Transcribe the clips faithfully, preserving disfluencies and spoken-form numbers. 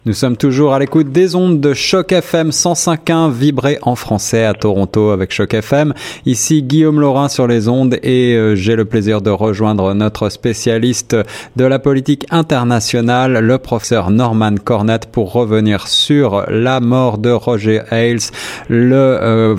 Nous sommes toujours à l'écoute des ondes de Choc F M cent cinq point un, vibré en français à Toronto avec Choc F M. Ici Guillaume Laurin sur les ondes et euh, j'ai le plaisir de rejoindre notre spécialiste de la politique internationale, le professeur Norman Cornett, pour revenir sur la mort de Roger Ailes, le, euh,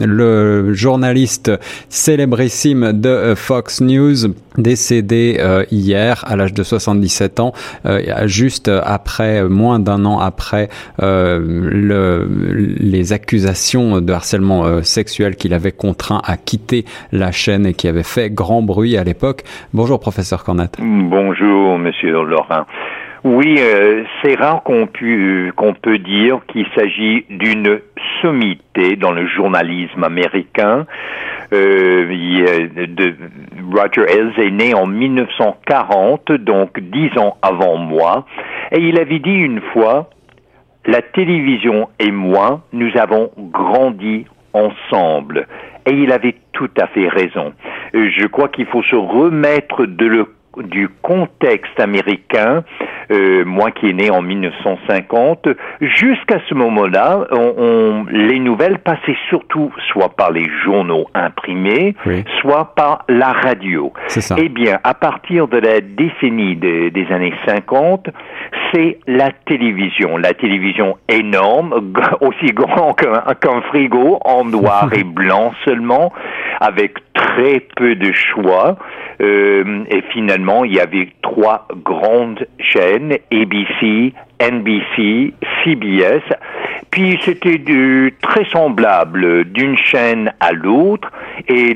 le journaliste célébrissime de Fox News, décédé euh, hier à l'âge de soixante-dix-sept ans, euh, juste après, moins d'un an après euh, le, les accusations de harcèlement euh, sexuel qu'il avait contraint à quitter la chaîne et qui avait fait grand bruit à l'époque. Bonjour professeur Cornett. Bonjour monsieur Laurin. Oui, euh, c'est rare qu'on, pu, qu'on peut dire qu'il s'agit d'une sommité dans le journalisme américain. Euh, il, de, Roger Ailes est né en mille neuf cent quarante, donc dix ans avant moi, et il avait dit une fois, la télévision et moi, nous avons grandi ensemble. Et il avait tout à fait raison. Je crois qu'il faut se remettre de le du contexte américain, euh, moi qui est né en mille neuf cent cinquante, jusqu'à ce moment-là, on, on, les nouvelles passaient surtout soit par les journaux imprimés, oui. soit par la radio. C'est ça. Eh bien, à partir de la décennie de, des années cinquante, c'est la télévision. La télévision énorme, aussi grand qu'un, qu'un frigo, en noir et blanc seulement, avec très peu de choix. Euh, et finalement, il y avait trois grandes chaînes, A B C, N B C, C B S. Puis c'était du, très semblable d'une chaîne à l'autre. Et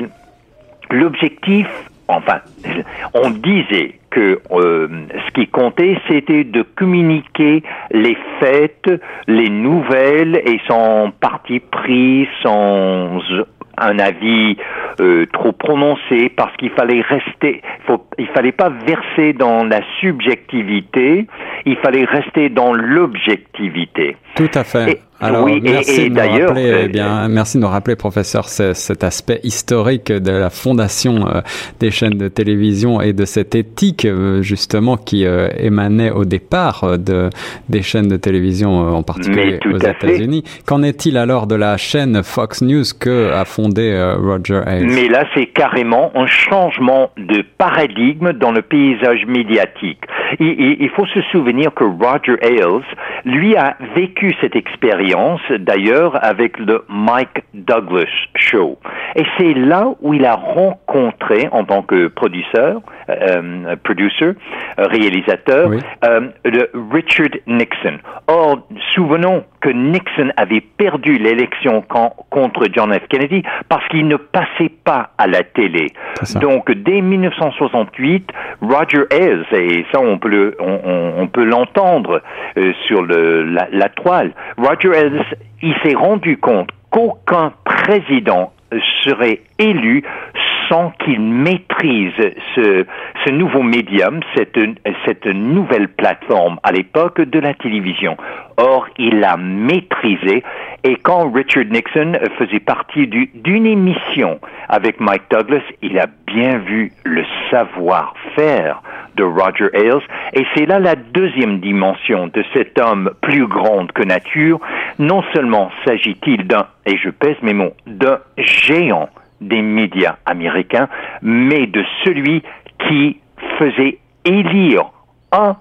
l'objectif, enfin, on disait que euh, ce qui comptait, c'était de communiquer les faits, les nouvelles, et sans parti pris, sans un avis euh, trop prononcé, parce qu'il fallait rester, faut, il fallait pas verser dans la subjectivité, il fallait rester dans l'objectivité. Tout à fait. Et, Alors, oui, merci, et, et de d'ailleurs, rappeler, euh, eh bien, merci de nous rappeler, professeur, ce, cet aspect historique de la fondation euh, des chaînes de télévision et de cette éthique, euh, justement, qui euh, émanait au départ euh, de, des chaînes de télévision, euh, en particulier aux États-Unis. Qu'en est-il alors de la chaîne Fox News que a fondée euh, Roger Ailes? Mais là, c'est carrément un changement de paradigme dans le paysage médiatique. Il, il, il faut se souvenir que Roger Ailes, lui, a vécu cette expérience, d'ailleurs, avec le Mike Douglas Show. Et c'est là où il a rencontré, en tant que producteur, euh, producer, réalisateur, oui. euh, le Richard Nixon. Or, souvenons que Nixon avait perdu l'élection quand, contre John F. Kennedy parce qu'il ne passait pas à la télé. Donc, dès mille neuf cent soixante-huit, Roger Ailes, et ça on peut, le, on, on, on peut l'entendre euh, sur le, la, la toile, Roger Ailes, il s'est rendu compte qu'aucun président serait élu sans qu'il maîtrise ce, ce nouveau médium, cette, cette nouvelle plateforme à l'époque de la télévision. Or, il l'a maîtrisé, et quand Richard Nixon faisait partie du, d'une émission avec Mike Douglas, il a bien vu le savoir-faire de Roger Ailes, et c'est là la deuxième dimension de cet homme plus grande que nature. Non seulement s'agit-il d'un, et je pèse mes mots, d'un géant des médias américains, mais de celui qui faisait élire un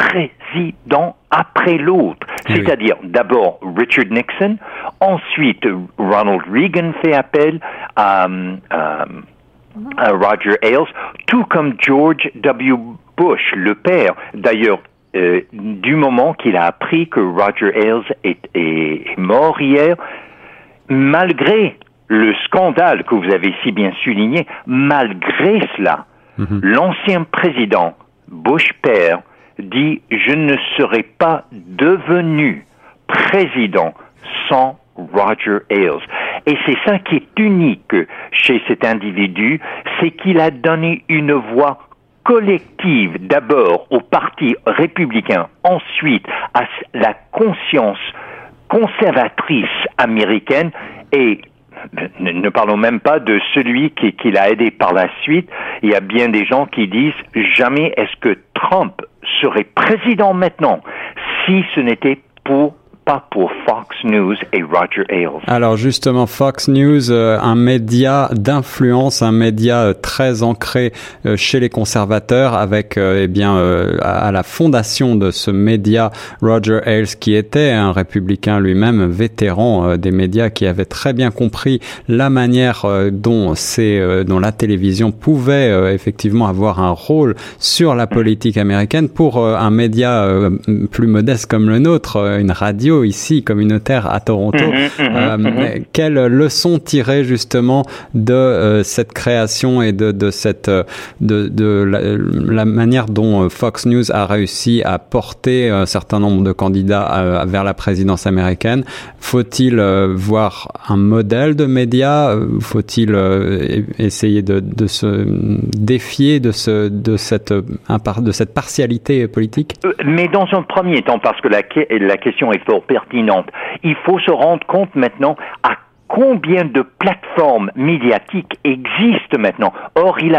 président après l'autre. Oui. C'est-à-dire d'abord Richard Nixon, ensuite Ronald Reagan fait appel à, à, à Roger Ailes, tout comme George W. Bush, le père. D'ailleurs, euh, du moment qu'il a appris que Roger Ailes est, est mort hier, malgré le scandale que vous avez si bien souligné, malgré cela, mm-hmm. l'ancien président Bush père dit « Je ne serais pas devenu président sans Roger Ailes ». Et c'est ça qui est unique chez cet individu, c'est qu'il a donné une voix collective d'abord au Parti républicain, ensuite à la conscience conservatrice américaine, et ne, ne parlons même pas de celui qui, qui l'a aidé par la suite. Il y a bien des gens qui disent jamais est-ce que Trump serait président maintenant si ce n'était pour pas pour Fox News et Roger Ailes. Alors justement, Fox News, euh, un média d'influence, un média euh, très ancré euh, chez les conservateurs, avec euh, eh bien euh, à, à la fondation de ce média, Roger Ailes, qui était un républicain lui-même, vétéran euh, des médias, qui avait très bien compris la manière euh, dont c'est euh, dont la télévision pouvait euh, effectivement avoir un rôle sur la politique américaine pour euh, un média euh, plus modeste comme le nôtre, euh, une radio ici communautaire à Toronto. Mmh, mmh, euh, mmh. Quelle leçon tirer justement de euh, cette création et de, de cette de, de la, la manière dont Fox News a réussi à porter un certain nombre de candidats à, à, vers la présidence américaine? Faut-il euh, voir un modèle de médias? Faut-il euh, essayer de, de se défier de ce de cette de cette partialité politique? Mais dans un premier temps, parce que la, la question est fort pertinente. Il faut se rendre compte maintenant à combien de plateformes médiatiques existent maintenant. Or, il a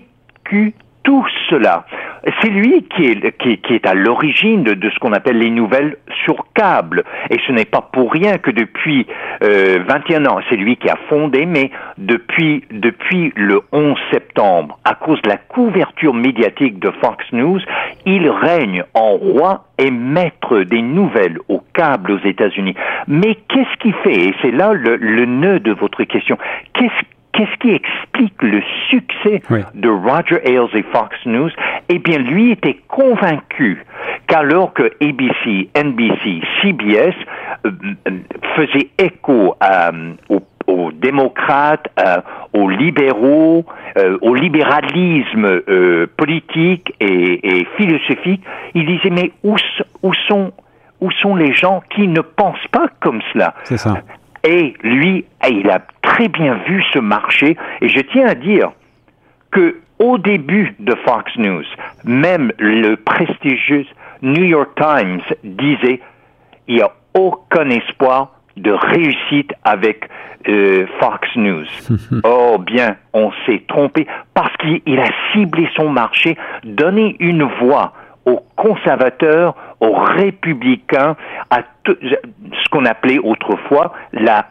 vécu tout cela. C'est lui qui est, qui, qui est à l'origine de, de ce qu'on appelle les nouvelles sur câble. Et ce n'est pas pour rien que depuis euh, vingt et un ans, c'est lui qui a fondé, mais depuis, depuis le onze septembre, à cause de la couverture médiatique de Fox News, il règne en roi et maître des nouvelles au câble aux États-Unis. Mais qu'est-ce qu'il fait? Et c'est là le, le nœud de votre question. Qu'est-ce Qu'est-ce qui explique le succès oui. de Roger Ailes et Fox News? Eh bien, lui était convaincu qu'alors que A B C, N B C, C B S euh, faisaient écho euh, aux, aux démocrates, euh, aux libéraux, euh, au libéralisme euh, politique et, et philosophique, il disait, mais où, où sont, où sont les gens qui ne pensent pas comme cela? C'est ça. Et lui, il a très bien vu ce marché. Et je tiens à dire que au début de Fox News, même le prestigieux New York Times disait il n'y a aucun espoir de réussite avec euh, Fox News. Oh bien, on s'est trompé parce qu'il a ciblé son marché, donné une voix aux conservateurs, aux républicains, à tout, ce qu'on appelait autrefois la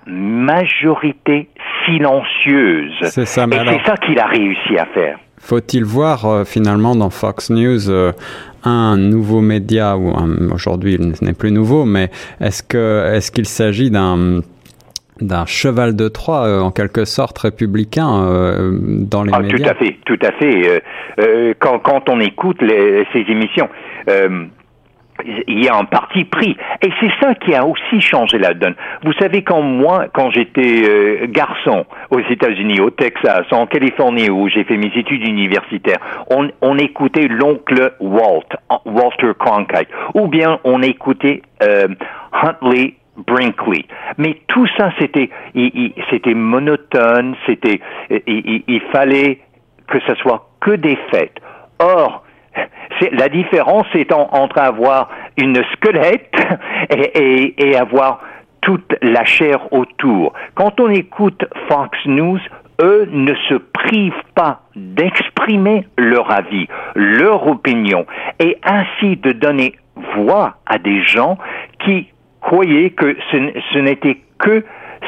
majorité silencieuse. C'est ça, mais Et alors, c'est ça qu'il a réussi à faire. Faut-il voir euh, finalement dans Fox News euh, un nouveau média, ou un, aujourd'hui ce n'est plus nouveau, mais est-ce que est-ce qu'il s'agit d'un d'un cheval de Troie, euh, en quelque sorte, républicain euh, dans les ah, médias? Tout à fait, tout à fait. Euh, euh, quand, quand on écoute les, ces émissions, euh, il y a un parti pris. Et c'est ça qui a aussi changé la donne. Vous savez, quand moi, quand j'étais euh, garçon aux États-Unis, au Texas, en Californie, où j'ai fait mes études universitaires, on, on écoutait l'oncle Walt, Walter Cronkite, ou bien on écoutait euh, Huntley Brinkley. Mais tout ça, c'était, il, il, c'était monotone, c'était, il, il, il fallait que ce soit que des fêtes. Or, c'est, la différence est en, entre avoir une squelette et, et, et avoir toute la chair autour. Quand on écoute Fox News, eux ne se privent pas d'exprimer leur avis, leur opinion, et ainsi de donner voix à des gens qui croyaient que ce, ce n'était que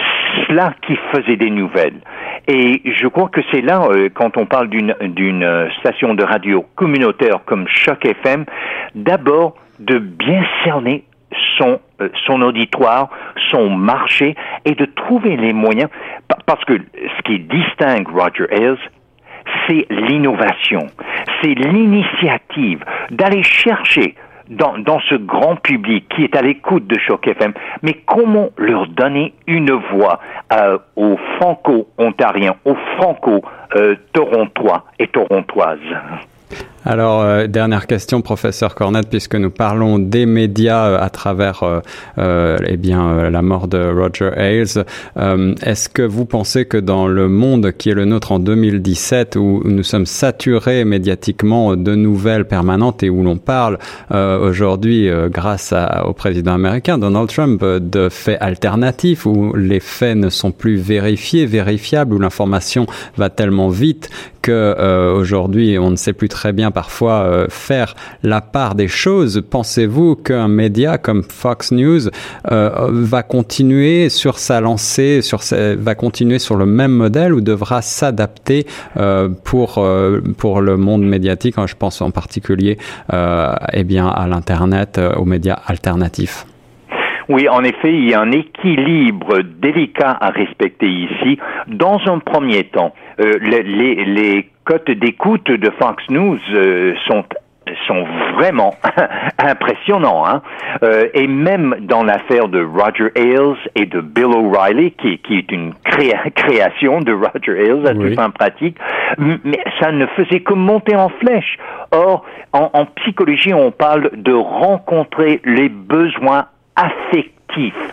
cela qui faisait des nouvelles. Et je crois que c'est là, euh, quand on parle d'une, d'une station de radio communautaire comme Choc F M, d'abord de bien cerner son, euh, son auditoire, son marché, et de trouver les moyens, parce que ce qui distingue Roger Ailes, c'est l'innovation, c'est l'initiative d'aller chercher Dans, dans ce grand public qui est à l'écoute de Choc F M, mais comment leur donner une voix euh, aux franco-ontariens, aux franco-torontois et torontoises? Alors, euh, dernière question, professeur Cornette, puisque nous parlons des médias euh, à travers euh, euh, eh bien, euh, la mort de Roger Ailes. Euh, est-ce que vous pensez que dans le monde qui est le nôtre en deux mille dix-sept, où nous sommes saturés médiatiquement de nouvelles permanentes et où l'on parle euh, aujourd'hui, euh, grâce à, au président américain Donald Trump, euh, de faits alternatifs, où les faits ne sont plus vérifiés, vérifiables, où l'information va tellement vite que euh, aujourd'hui on ne sait plus très bien parfois euh, faire la part des choses. Pensez-vous qu'un média comme Fox News euh, va continuer sur sa lancée, sur sa, va continuer sur le même modèle ou devra s'adapter euh, pour euh, pour le monde médiatique? Je pense en particulier euh, eh bien à l'internet, euh, aux médias alternatifs. Oui, en effet, il y a un équilibre délicat à respecter ici. Dans un premier temps, euh, les, les, les cotes d'écoute de Fox News euh, sont sont vraiment impressionnants, hein. Euh, et même dans l'affaire de Roger Ailes et de Bill O'Reilly, qui, qui est une créa- création de Roger Ailes à toute fin pratique, mais ça ne faisait que monter en flèche. Or, en, en psychologie, on parle de rencontrer les besoins affectifs.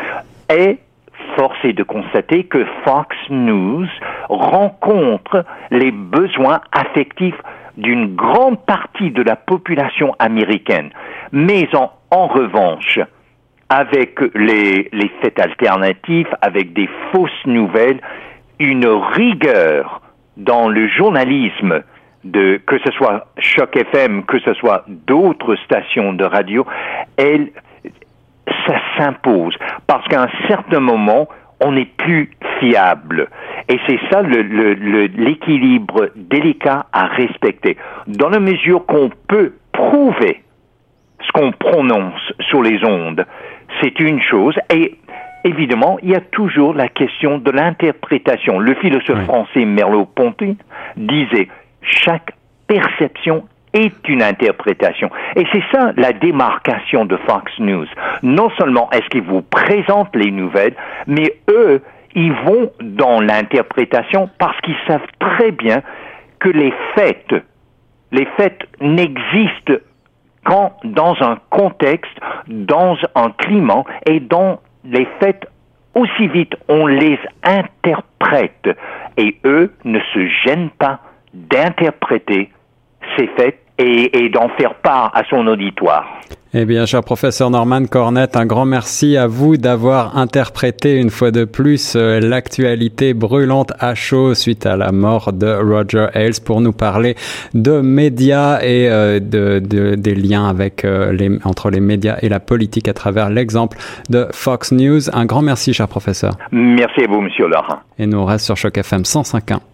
Et force est de constater que Fox News rencontre les besoins affectifs d'une grande partie de la population américaine. Mais en, en revanche, avec les, les faits alternatifs, avec des fausses nouvelles, une rigueur dans le journalisme, de, que ce soit Choc F M, que ce soit d'autres stations de radio, elle, ça s'impose. Parce qu'à un certain moment, on n'est plus fiable. Et c'est ça le, le, le, l'équilibre délicat à respecter. Dans la mesure qu'on peut prouver ce qu'on prononce sur les ondes, c'est une chose. Et évidemment, il y a toujours la question de l'interprétation. Le philosophe oui. français Merleau-Ponty disait « chaque perception est une interprétation ». Et c'est ça la démarcation de Fox News. Non seulement est-ce qu'ils vous présentent les nouvelles, mais eux, ils vont dans l'interprétation parce qu'ils savent très bien que les faits, les faits n'existent qu'en dans un contexte, dans un climat, et dans les faits, aussi vite on les interprète. Et eux ne se gênent pas d'interpréter ces faits et, et d'en faire part à son auditoire. Eh bien, cher professeur Norman Cornett, un grand merci à vous d'avoir interprété une fois de plus euh, l'actualité brûlante à chaud suite à la mort de Roger Ailes pour nous parler de médias et euh, de, de, des liens avec, euh, les, entre les médias et la politique à travers l'exemple de Fox News. Un grand merci, cher professeur. Merci à vous, monsieur Laurent. Et nous on reste sur Choc F M cent cinq point un.